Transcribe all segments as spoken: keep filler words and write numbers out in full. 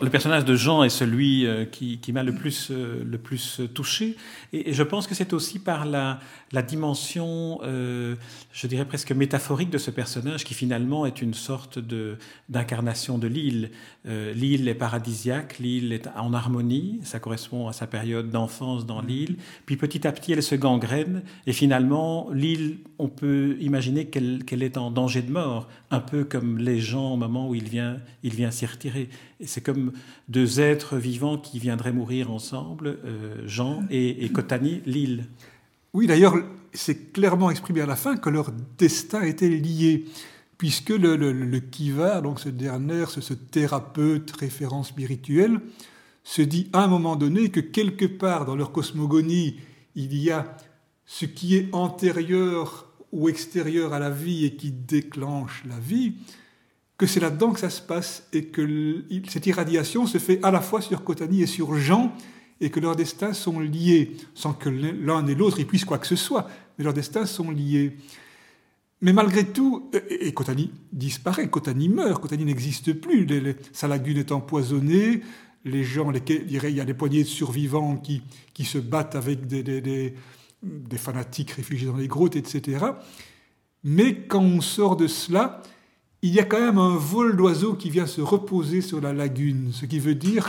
le personnage de Jean est celui euh, qui, qui m'a le plus, euh, le plus touché. Et, et je pense que c'est aussi par la, la dimension, euh, je dirais presque métaphorique de ce personnage qui finalement est une sorte de, d'incarnation de l'île. Euh, l'île est paradisiaque, l'île est en harmonie, ça correspond à sa période d'enfance dans l'île. Puis petit à petit, elle se gangrène. Et finalement, l'île, on peut imaginer qu'elle, qu'elle est en danger de mort, un peu comme les gens au moment où il vient, il vient s'y retirer. Et c'est comme deux êtres vivants qui viendraient mourir ensemble, euh, Jean et, et Kotani, l'île. Oui, d'ailleurs, c'est clairement exprimé à la fin que leur destin était lié, puisque le, le, le Kiva, donc ce dernier, ce, ce thérapeute référent spirituel, se dit à un moment donné que quelque part dans leur cosmogonie, il y a ce qui est antérieur ou extérieur à la vie et qui déclenche la vie, que c'est là-dedans que ça se passe et que cette irradiation se fait à la fois sur Kotani et sur Jean et que leurs destins sont liés, sans que l'un et l'autre ils puissent quoi que ce soit, mais leurs destins sont liés. Mais malgré tout, et Kotani disparaît, Kotani meurt, Kotani n'existe plus, les, les, sa lagune est empoisonnée, les gens, les, il y a des poignées de survivants qui, qui se battent avec des, des, des, des fanatiques réfugiés dans les grottes, et cetera. Mais quand on sort de cela, il y a quand même un vol d'oiseaux qui vient se reposer sur la lagune, ce qui veut dire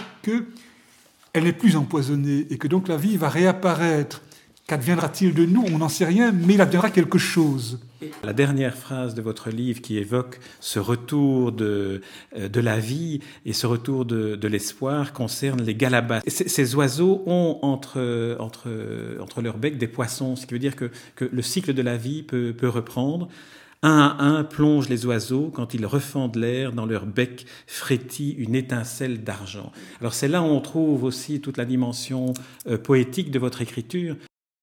qu'elle n'est plus empoisonnée et que donc la vie va réapparaître. Qu'adviendra-t-il de nous ? On n'en sait rien, mais il adviendra quelque chose. La dernière phrase de votre livre qui évoque ce retour de, de la vie et ce retour de, de l'espoir concerne les galabas. Ces, ces oiseaux ont entre, entre, entre leurs becs des poissons, ce qui veut dire que, que le cycle de la vie peut, peut reprendre. Un à un plongent les oiseaux quand ils refendent l'air, dans leur bec frétille une étincelle d'argent. Alors c'est là où on trouve aussi toute la dimension euh, poétique de votre écriture.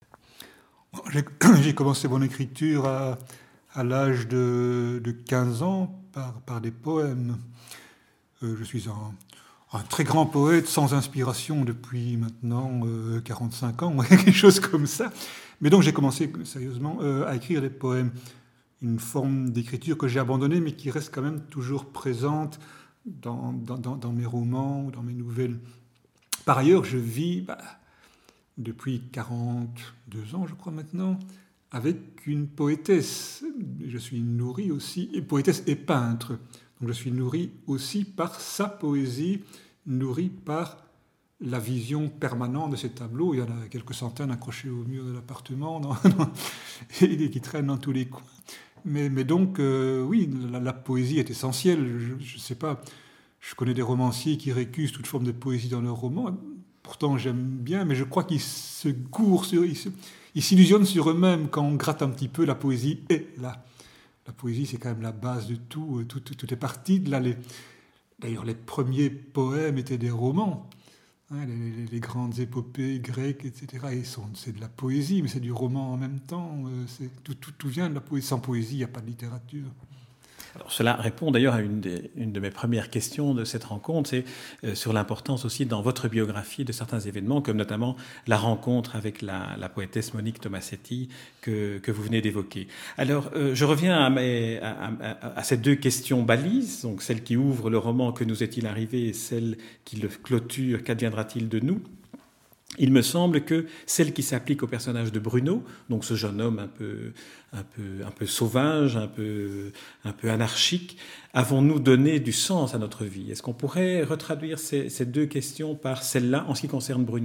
J'ai, j'ai commencé mon écriture à, à l'âge de, de quinze ans par, par des poèmes. Euh, je suis un, un très grand poète sans inspiration depuis maintenant euh, quarante-cinq ans, quelque chose comme ça. Mais donc j'ai commencé sérieusement euh, à écrire des poèmes. Une forme d'écriture que j'ai abandonnée, mais qui reste quand même toujours présente dans, dans, dans, dans mes romans ou dans mes nouvelles. Par ailleurs, je vis bah, depuis quarante-deux ans, je crois maintenant, avec une poétesse. Je suis nourri aussi, et poétesse et peintre. Donc je suis nourri aussi par sa poésie, nourri par la vision permanente de ces tableaux. Il y en a quelques centaines accrochés au mur de l'appartement dans, dans, et qui traînent dans tous les coins. Mais, mais donc, euh, oui, la, la poésie est essentielle. Je ne sais pas, je connais des romanciers qui récusent toute forme de poésie dans leurs romans. Pourtant, j'aime bien, mais je crois qu'ils se gourrent, sur, ils, se, ils s'illusionnent sur eux-mêmes quand on gratte un petit peu. La poésie est là. La poésie, c'est quand même la base de tout. Tout, tout, tout est parti de là. Les, d'ailleurs, les premiers poèmes étaient des romans. Hein, les, les, les grandes épopées grecques, et cetera. Et sont, c'est de la poésie, mais c'est du roman en même temps. Euh, c'est, tout, tout, tout vient de la poésie. Sans poésie, il n'y a pas de littérature. Alors, cela répond d'ailleurs à une, des, une de mes premières questions de cette rencontre, c'est euh, sur l'importance aussi dans votre biographie de certains événements, comme notamment la rencontre avec la, la poétesse Monique Tomasetti que, que vous venez d'évoquer. Alors, euh, je reviens à, mes, à, à, à ces deux questions balises, donc celle qui ouvre le roman « Que nous est-il arrivé » et celle qui le clôture « Qu'adviendra-t-il de nous ?» Il me semble que celle qui s'applique au personnage de Bruno, donc ce jeune homme un peu, un peu, un peu sauvage, un peu, un peu anarchique, avons-nous donné du sens à notre vie ? Est-ce qu'on pourrait retraduire ces, ces deux questions par celle-là en ce qui concerne Bruno ?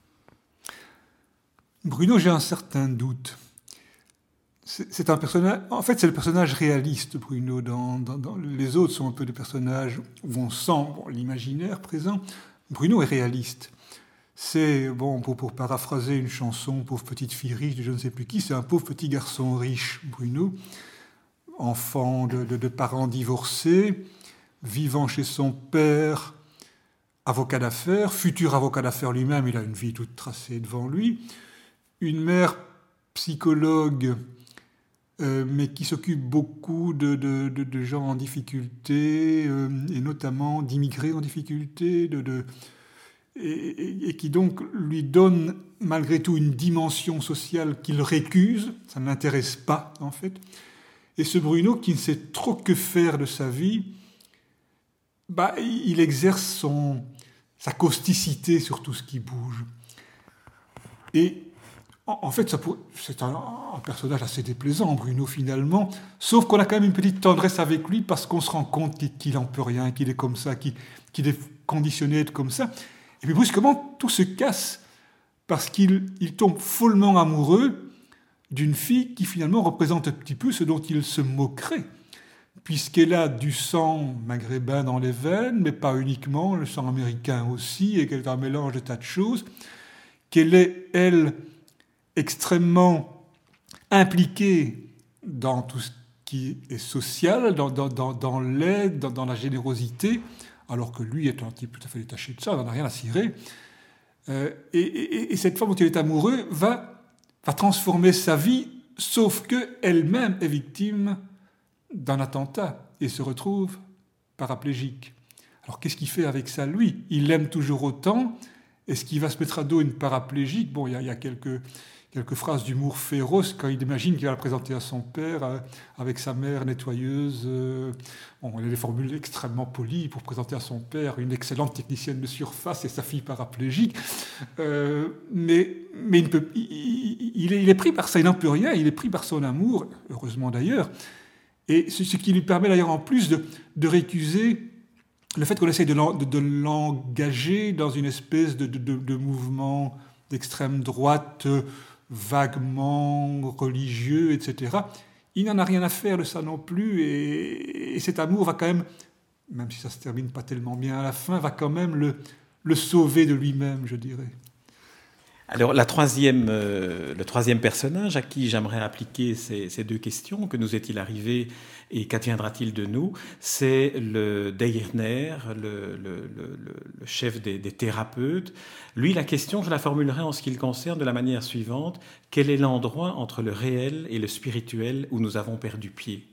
Bruno, j'ai un certain doute. C'est, c'est un personnage. En fait, c'est le personnage réaliste, Bruno. Dans, dans, dans, les autres sont un peu des personnages où on sent bon, l'imaginaire présent. Bruno est réaliste. C'est, bon, pour, pour paraphraser une chanson, pauvre petite fille riche de je ne sais plus qui, c'est un pauvre petit garçon riche, Bruno, enfant de, de, de parents divorcés, vivant chez son père, avocat d'affaires, futur avocat d'affaires lui-même, il a une vie toute tracée devant lui, une mère psychologue, euh, mais qui s'occupe beaucoup de, de, de, de gens en difficulté, euh, et notamment d'immigrés en difficulté, de... de Et, et, et qui donc lui donne malgré tout une dimension sociale qu'il récuse, ça ne l'intéresse pas en fait. Et ce Bruno qui ne sait trop que faire de sa vie, bah, il exerce son, sa causticité sur tout ce qui bouge. Et en, en fait, ça pour, c'est un, un personnage assez déplaisant, Bruno, finalement, sauf qu'on a quand même une petite tendresse avec lui parce qu'on se rend compte qu'il n'en peut rien, qu'il est comme ça, qu'il, qu'il est conditionné à être comme ça. Et puis brusquement, tout se casse parce qu'il il tombe follement amoureux d'une fille qui finalement représente un petit peu ce dont il se moquerait, puisqu'elle a du sang maghrébin dans les veines, mais pas uniquement, le sang américain aussi, et qu'elle est un mélange de tas de choses, qu'elle est, elle, extrêmement impliquée dans tout ce qui est social, dans, dans, dans, dans l'aide, dans, dans la générosité, alors que lui est un type tout à fait détaché de ça, il n'en a rien à cirer. Euh, et, et, et cette femme dont il est amoureux va, va transformer sa vie, sauf qu'elle-même est victime d'un attentat et se retrouve paraplégique. Alors qu'est-ce qu'il fait avec ça, lui? Il l'aime toujours autant. Est-ce qu'il va se mettre à dos une paraplégique? Bon, il y a, il y a quelques, quelques phrases d'humour féroce quand il imagine qu'il va la présenter à son père euh, avec sa mère nettoyeuse. Euh, bon, il y a des formules extrêmement polies pour présenter à son père une excellente technicienne de surface et sa fille paraplégique. Euh, mais mais il, peut, il, il, est, il est pris par ça, il n'en peut rien, il est pris par son amour, heureusement d'ailleurs. Et ce, ce qui lui permet d'ailleurs en plus de, de récuser le fait qu'on essaye de, de, de l'engager dans une espèce de, de, de mouvement d'extrême droite vaguement religieux, et cetera. Il n'en a rien à faire de ça non plus, et, et cet amour va quand même, même si ça ne se termine pas tellement bien à la fin, va quand même le, le sauver de lui-même, je dirais. Alors, la troisième, euh, le troisième personnage à qui j'aimerais appliquer ces, ces deux questions, que nous est-il arrivé et qu'adviendra-t-il de nous, c'est le Deyrner, le, le, le, le chef des, des thérapeutes. Lui, la question, je la formulerai en ce qui le concerne de la manière suivante. Quel est l'endroit entre le réel et le spirituel où nous avons perdu pied?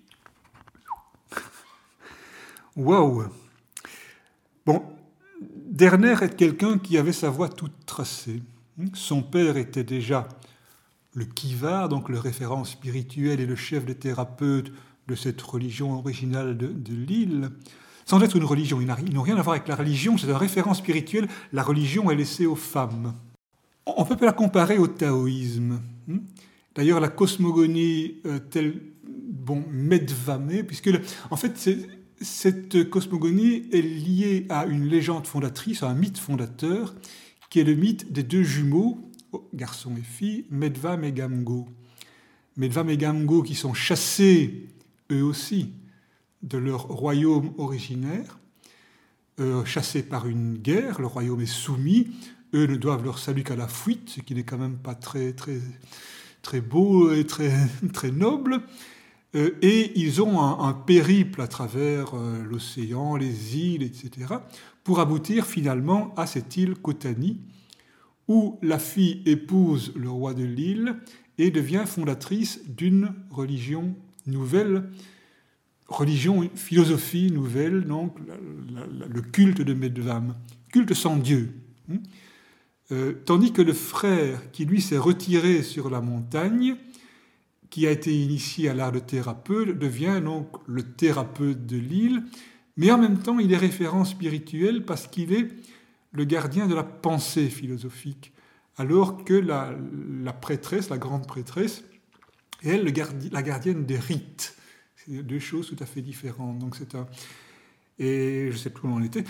Waouh! Bon, Derner est quelqu'un qui avait sa voie toute tracée. Son père était déjà le Kivar, donc le référent spirituel et le chef des thérapeutes de cette religion originale de, de l'île. Sans être une religion, ils n'ont rien à voir avec la religion, c'est un référent spirituel. La religion est laissée aux femmes. On peut la comparer au taoïsme. D'ailleurs, la cosmogonie euh, telle, bon, Medvame, puisque, le, en fait, c'est, cette cosmogonie est liée à une légende fondatrice, à un mythe fondateur, qui est le mythe des deux jumeaux, garçon et fille, Medvame et Gamgo. Medvame et Gamgo qui sont chassés, eux aussi, de leur royaume originaire, euh, chassés par une guerre, le royaume est soumis, eux ne doivent leur salut qu'à la fuite, ce qui n'est quand même pas très, très, très beau et très, très noble, euh, et ils ont un, un périple à travers euh, l'océan, les îles, et cetera, pour aboutir finalement à cette île Kotani, où la fille épouse le roi de l'île et devient fondatrice d'une religion nouvelle, religion, une philosophie nouvelle, donc la, la, le culte de Medvame, culte sans Dieu. Euh, tandis que le frère, qui lui s'est retiré sur la montagne, qui a été initié à l'art de thérapeute, devient donc le thérapeute de l'île, mais en même temps, il est référent spirituel parce qu'il est le gardien de la pensée philosophique, alors que la, la prêtresse, la grande prêtresse, est elle le gardi, la gardienne des rites. C'est deux choses tout à fait différentes. Donc c'est un... Et je ne sais plus où on en était.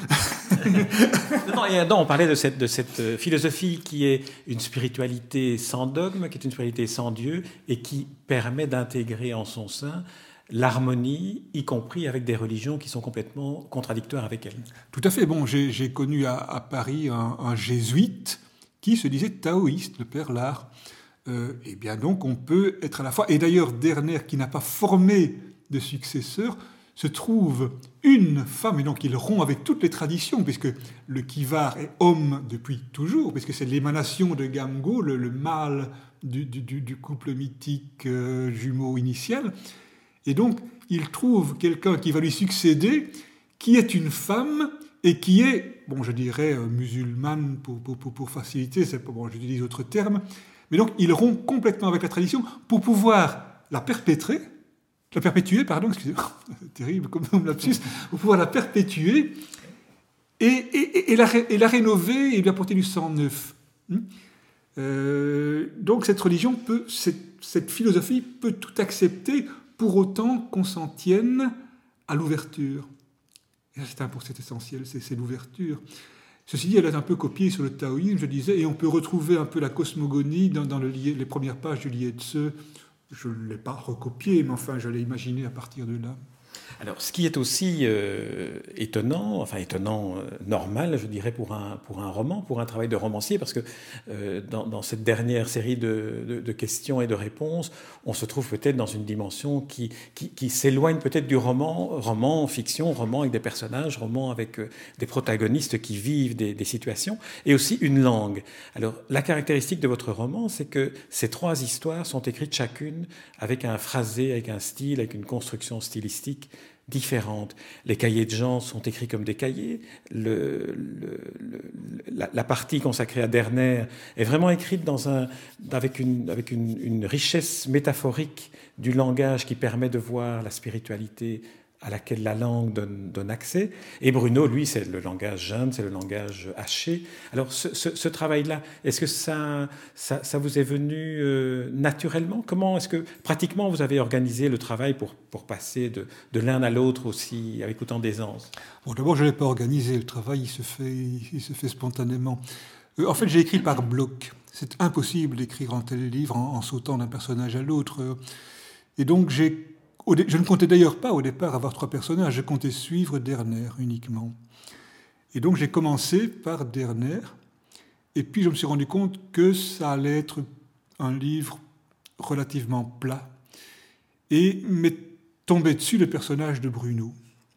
non, non, non, on parlait de cette, de cette philosophie qui est une spiritualité sans dogme, qui est une spiritualité sans Dieu, et qui permet d'intégrer en son sein l'harmonie, y compris avec des religions qui sont complètement contradictoires avec elle. Tout à fait. Bon, j'ai, j'ai connu à, à Paris un, un jésuite qui se disait taoïste, le père Lard. Euh, et bien donc, on peut être à la fois... Et d'ailleurs, Derner, qui n'a pas formé de successeur, se trouve une femme, et donc il rompt avec toutes les traditions, puisque le Kivar est homme depuis toujours, puisque c'est l'émanation de Gamgo, le, le mâle du, du, du couple mythique euh, jumeau initial. Et donc, il trouve quelqu'un qui va lui succéder, qui est une femme et qui est, bon, je dirais, euh, musulmane pour, pour, pour, pour faciliter, c'est, bon, j'utilise d'autres termes, mais donc il rompt complètement avec la tradition pour pouvoir la perpétrer, la perpétuer, pardon, excusez-moi, c'est terrible comme lapsus, pour pouvoir la perpétuer et, et, et, la, et la rénover et lui apporter du sang neuf. Euh, donc cette religion peut, cette, cette philosophie peut tout accepter pour autant qu'on s'en tienne à l'ouverture. Et c'est un, c'est essentiel, c'est, c'est l'ouverture. Ceci dit, elle est un peu copiée sur le taoïsme, je disais, et on peut retrouver un peu la cosmogonie dans, dans le, les premières pages du Lietze. Je ne l'ai pas recopié, mais enfin, je l'ai imaginé à partir de là. Alors, ce qui est aussi euh, étonnant, enfin étonnant, euh, normal, je dirais, pour un, pour un roman, pour un travail de romancier, parce que euh, dans, dans cette dernière série de, de, de questions et de réponses, on se trouve peut-être dans une dimension qui, qui, qui s'éloigne peut-être du roman, roman fiction, roman avec des personnages, roman avec euh, des protagonistes qui vivent des, des situations, et aussi une langue. Alors, la caractéristique de votre roman, c'est que ces trois histoires sont écrites chacune avec un phrasé, avec un style, avec une construction stylistique différentes. Les cahiers de Jean sont écrits comme des cahiers. Le, le, le, la, la partie consacrée à Derner est vraiment écrite dans un, avec, une, avec une, une richesse métaphorique du langage qui permet de voir la spiritualité à laquelle la langue donne, donne accès. Et Bruno, lui, c'est le langage jeune, c'est le langage haché. Alors, ce, ce, ce travail-là, est-ce que ça, ça, ça vous est venu euh, naturellement ? Comment est-ce que, pratiquement, vous avez organisé le travail pour, pour passer de, de l'un à l'autre aussi, avec autant d'aisance ? Bon, d'abord, je ne l'ai pas organisé. Le travail, il se fait, il se fait spontanément. Euh, en fait, j'ai écrit par bloc. C'est impossible d'écrire un tel livre en, en sautant d'un personnage à l'autre. Et donc, j'ai Je ne comptais d'ailleurs pas au départ avoir trois personnages, je comptais suivre Derner uniquement. Et donc j'ai commencé par Derner, et puis je me suis rendu compte que ça allait être un livre relativement plat, et m'est tombé dessus le personnage de Bruno.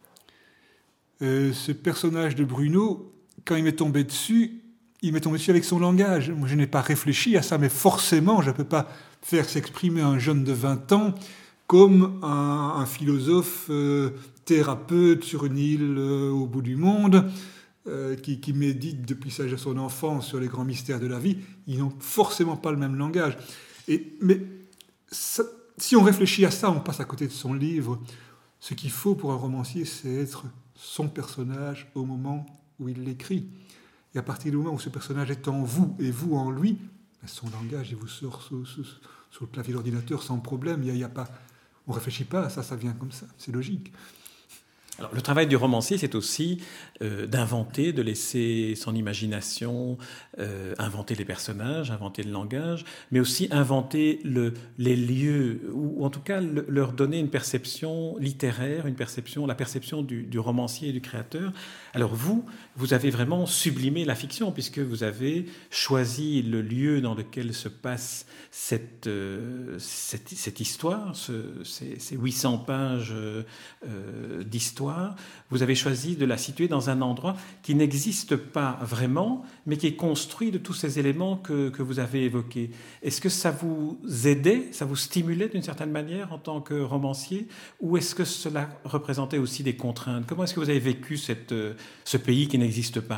Euh, ce personnage de Bruno, quand il m'est tombé dessus, il m'est tombé dessus avec son langage. Moi, je n'ai pas réfléchi à ça, mais forcément, je ne peux pas faire s'exprimer un jeune de vingt ans comme un, un philosophe euh, thérapeute sur une île euh, au bout du monde, euh, qui, qui médite depuis sa, son enfance sur les grands mystères de la vie. Ils n'ont forcément pas le même langage. Et, mais ça, si on réfléchit à ça, on passe à côté de son livre. Ce qu'il faut pour un romancier, c'est être son personnage au moment où il l'écrit. Et à partir du moment où ce personnage est en vous et vous en lui, son langage, il vous sort sur, sur, sur le clavier d'ordinateur sans problème. Il y a, il y a pas... On ne réfléchit pas à ça, ça vient comme ça, c'est logique. Alors, le travail du romancier, c'est aussi euh, d'inventer, de laisser son imagination, euh, inventer les personnages, inventer le langage, mais aussi inventer le, les lieux, ou, ou en tout cas le, leur donner une perception littéraire, une perception, la perception du, du romancier et du créateur. Alors vous, vous avez vraiment sublimé la fiction, puisque vous avez choisi le lieu dans lequel se passe cette, euh, cette, cette histoire, ce, ces, ces huit cents pages euh, d'histoire. Vous avez choisi de la situer dans un endroit qui n'existe pas vraiment, mais qui est construit de tous ces éléments que, que vous avez évoqués. Est-ce que ça vous aidait, ça vous stimulait d'une certaine manière en tant que romancier, ou est-ce que cela représentait aussi des contraintes ? Comment est-ce que vous avez vécu cette, ce pays qui n'existe pas ?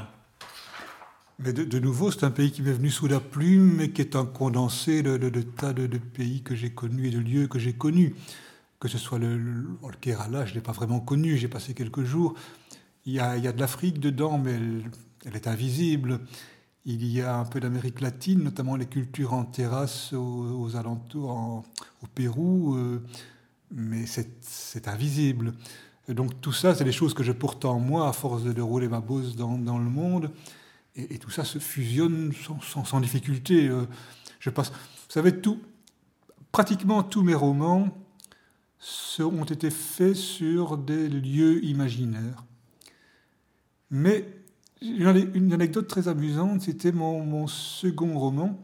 Mais de, de nouveau, c'est un pays qui m'est venu sous la plume, mais qui est un condensé de, de, de tas de, de pays que j'ai connus et de lieux que j'ai connus. Que ce soit le, le, le Kerala, je ne l'ai pas vraiment connu, j'ai passé quelques jours. Il y a, il y a de l'Afrique dedans, mais elle, elle est invisible. Il y a un peu d'Amérique latine, notamment les cultures en terrasse aux, aux alentours, en, au Pérou, euh, mais c'est, c'est invisible. Et donc tout ça, c'est des choses que je porte en moi à force de, de rouler ma bosse dans, dans le monde. Et, et tout ça se fusionne sans, sans, sans difficulté. Euh, je passe, vous savez, tout, pratiquement tous mes romans ont été faits sur des lieux imaginaires. Mais une anecdote très amusante, c'était mon, mon second roman,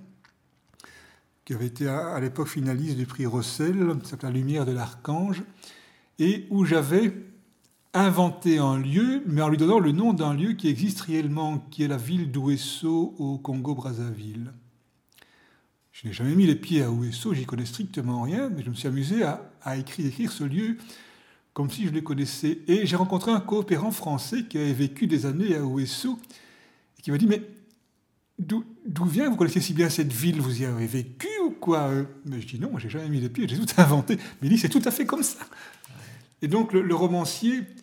qui avait été à, à l'époque finaliste du prix Rossel, qui s'appelle La lumière de l'archange, et où j'avais inventé un lieu, mais en lui donnant le nom d'un lieu qui existe réellement, qui est la ville d'Ouesso au Congo-Brazzaville. Je n'ai jamais mis les pieds à Ouesso, j'y connais strictement rien, mais je me suis amusé à, à écrire, écrire ce lieu comme si je le connaissais. Et j'ai rencontré un coopérant français qui avait vécu des années à Ouesso et qui m'a dit « Mais d'où, d'où vient, vous connaissez si bien cette ville, vous y avez vécu ou quoi ?» Mais je dis « Non, moi j'ai jamais mis les pieds, j'ai tout inventé. » Mais il dit « C'est tout à fait comme ça. » Et donc le, le romancier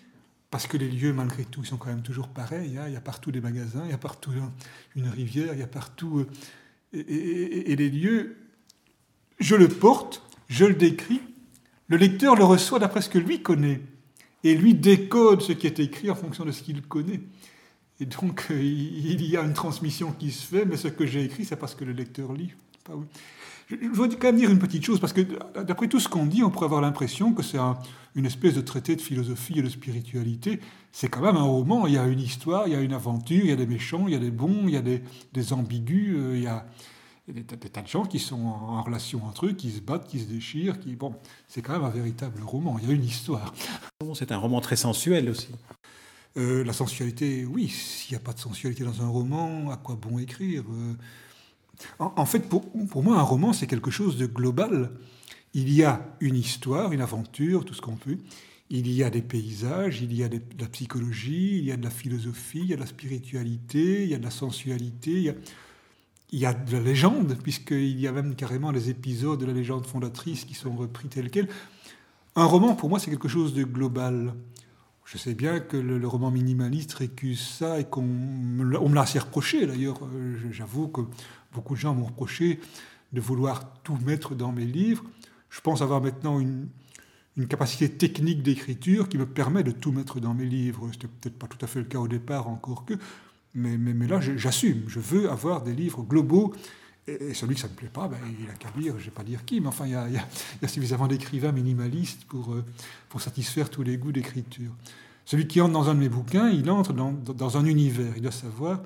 parce que les lieux, malgré tout, sont quand même toujours pareils. Hein. Il y a partout des magasins, il y a partout une rivière, il y a partout... Euh, et, et, et les lieux, je le porte, je le décris, le lecteur le reçoit d'après ce que lui connaît, et lui décode ce qui est écrit en fonction de ce qu'il connaît. Et donc, euh, il y a une transmission qui se fait, mais ce que j'ai écrit, c'est parce que le lecteur lit. Pas oui. Je voudrais quand même dire une petite chose, parce que d'après tout ce qu'on dit, on pourrait avoir l'impression que c'est un, une espèce de traité de philosophie et de spiritualité. C'est quand même un roman, il y a une histoire, il y a une aventure, il y a des méchants, il y a des bons, il y a des, des ambigus, euh, il y a, il y a des, des tas de gens qui sont en, en relation entre eux, qui se battent, qui se déchirent. Qui, bon, c'est quand même un véritable roman, il y a une histoire. C'est un roman très sensuel aussi. Euh, la sensualité, oui, s'il n'y a pas de sensualité dans un roman, à quoi bon écrire euh, En, en fait, pour, pour moi, un roman, c'est quelque chose de global. Il y a une histoire, une aventure, tout ce qu'on peut. Il y a des paysages, il y a des, de la psychologie, il y a de la philosophie, il y a de la spiritualité, il y a de la sensualité, il y a, il y a de la légende, puisqu'il y a même carrément des épisodes de la légende fondatrice qui sont repris tels quels. Un roman, pour moi, c'est quelque chose de global. Je sais bien que le, le roman minimaliste récuse ça et qu'on me, on me l'a assez reproché, d'ailleurs. J'avoue que beaucoup de gens m'ont reproché de vouloir tout mettre dans mes livres. Je pense avoir maintenant une, une capacité technique d'écriture qui me permet de tout mettre dans mes livres. C'était peut-être pas tout à fait le cas au départ, encore que, mais, mais, mais là, j'assume. Je veux avoir des livres globaux. Et, et celui que ça ne me plaît pas, ben, il a qu'à lire, je ne vais pas dire qui, mais enfin, il y a, il y a, il y a suffisamment d'écrivains minimalistes pour, euh, pour satisfaire tous les goûts d'écriture. Celui qui entre dans un de mes bouquins, il entre dans, dans un univers, il doit savoir,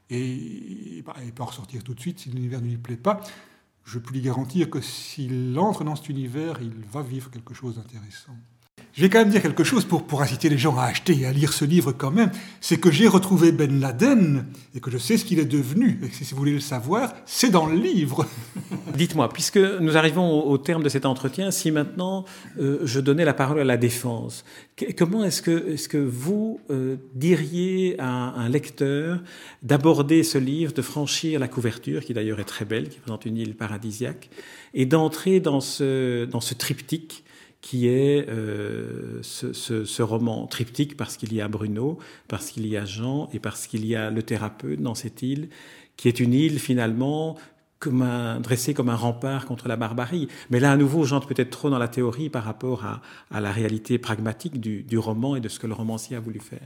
et bah, il peut en ressortir tout de suite si l'univers ne lui plaît pas. Je peux lui garantir que s'il entre dans cet univers, il va vivre quelque chose d'intéressant. Je vais quand même dire quelque chose pour, pour inciter les gens à acheter et à lire ce livre quand même. C'est que j'ai retrouvé Ben Laden et que je sais ce qu'il est devenu. Et si vous voulez le savoir, c'est dans le livre. Dites-moi, puisque nous arrivons au, au terme de cet entretien, si maintenant euh, je donnais la parole à la défense, que, comment est-ce que, est-ce que vous euh, diriez à un lecteur d'aborder ce livre, de franchir la couverture, qui d'ailleurs est très belle, qui présente une île paradisiaque, et d'entrer dans ce, dans ce triptyque qui est euh, ce, ce, ce roman triptyque, parce qu'il y a Bruno, parce qu'il y a Jean et parce qu'il y a le thérapeute dans cette île, qui est une île finalement comme un, dressée comme un rempart contre la barbarie. Mais là, à nouveau, j'entre peut-être trop dans la théorie par rapport à, à la réalité pragmatique du, du roman et de ce que le romancier a voulu faire.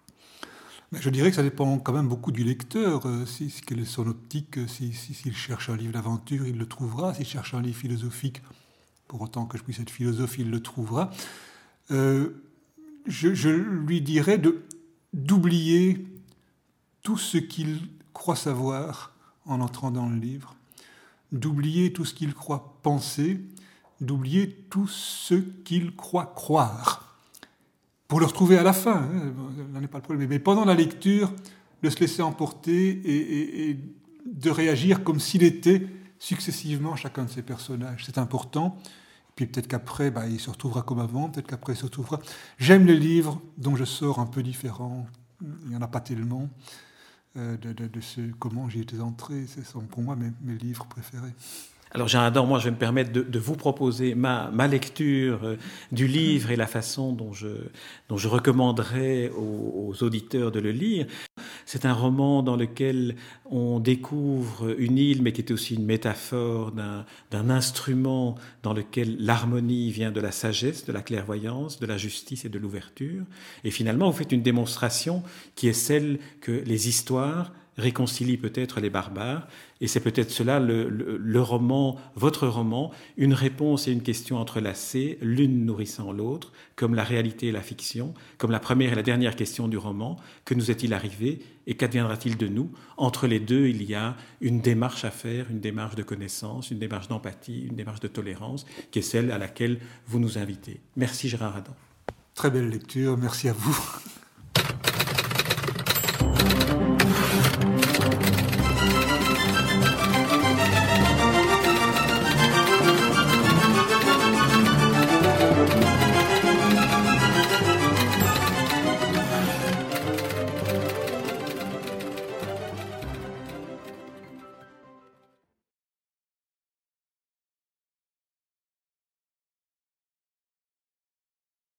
Mais je dirais que ça dépend quand même beaucoup du lecteur. Si, si, quelle est son optique? Si, si, s'il cherche un livre d'aventure, il le trouvera. S'il cherche un livre philosophique, pour autant que je puisse être philosophe, il le trouvera. Euh, je, je lui dirais de, d'oublier tout ce qu'il croit savoir en entrant dans le livre, d'oublier tout ce qu'il croit penser, d'oublier tout ce qu'il croit croire, pour le retrouver à la fin. Hein, là n'est pas le problème. Mais pendant la lecture, de se laisser emporter et, et, et de réagir comme s'il était successivement chacun de ces personnages. C'est important. Puis peut-être qu'après, bah, il se retrouvera comme avant, peut-être qu'après, il se retrouvera... J'aime les livres dont je sors un peu différent. Il n'y en a pas tellement. Euh, de, de, de ce comment j'y étais entré. Ce sont pour moi mes, mes livres préférés. Alors, Jean Adam, moi, je vais me permettre de, de vous proposer ma, ma lecture euh, du livre et la façon dont je, dont je recommanderais aux, aux auditeurs de le lire. C'est un roman dans lequel on découvre une île, mais qui est aussi une métaphore d'un, d'un instrument dans lequel l'harmonie vient de la sagesse, de la clairvoyance, de la justice et de l'ouverture. Et finalement, vous faites une démonstration qui est celle que les histoires réconcilie peut-être les barbares, et c'est peut-être cela le, le, le roman, votre roman, une réponse et une question entrelacées, l'une nourrissant l'autre, comme la réalité et la fiction, comme la première et la dernière question du roman, que nous est-il arrivé et qu'adviendra-t-il de nous? Entre les deux, il y a une démarche à faire, une démarche de connaissance, une démarche d'empathie, une démarche de tolérance, qui est celle à laquelle vous nous invitez. Merci Gérard Adam. Très belle lecture, merci à vous.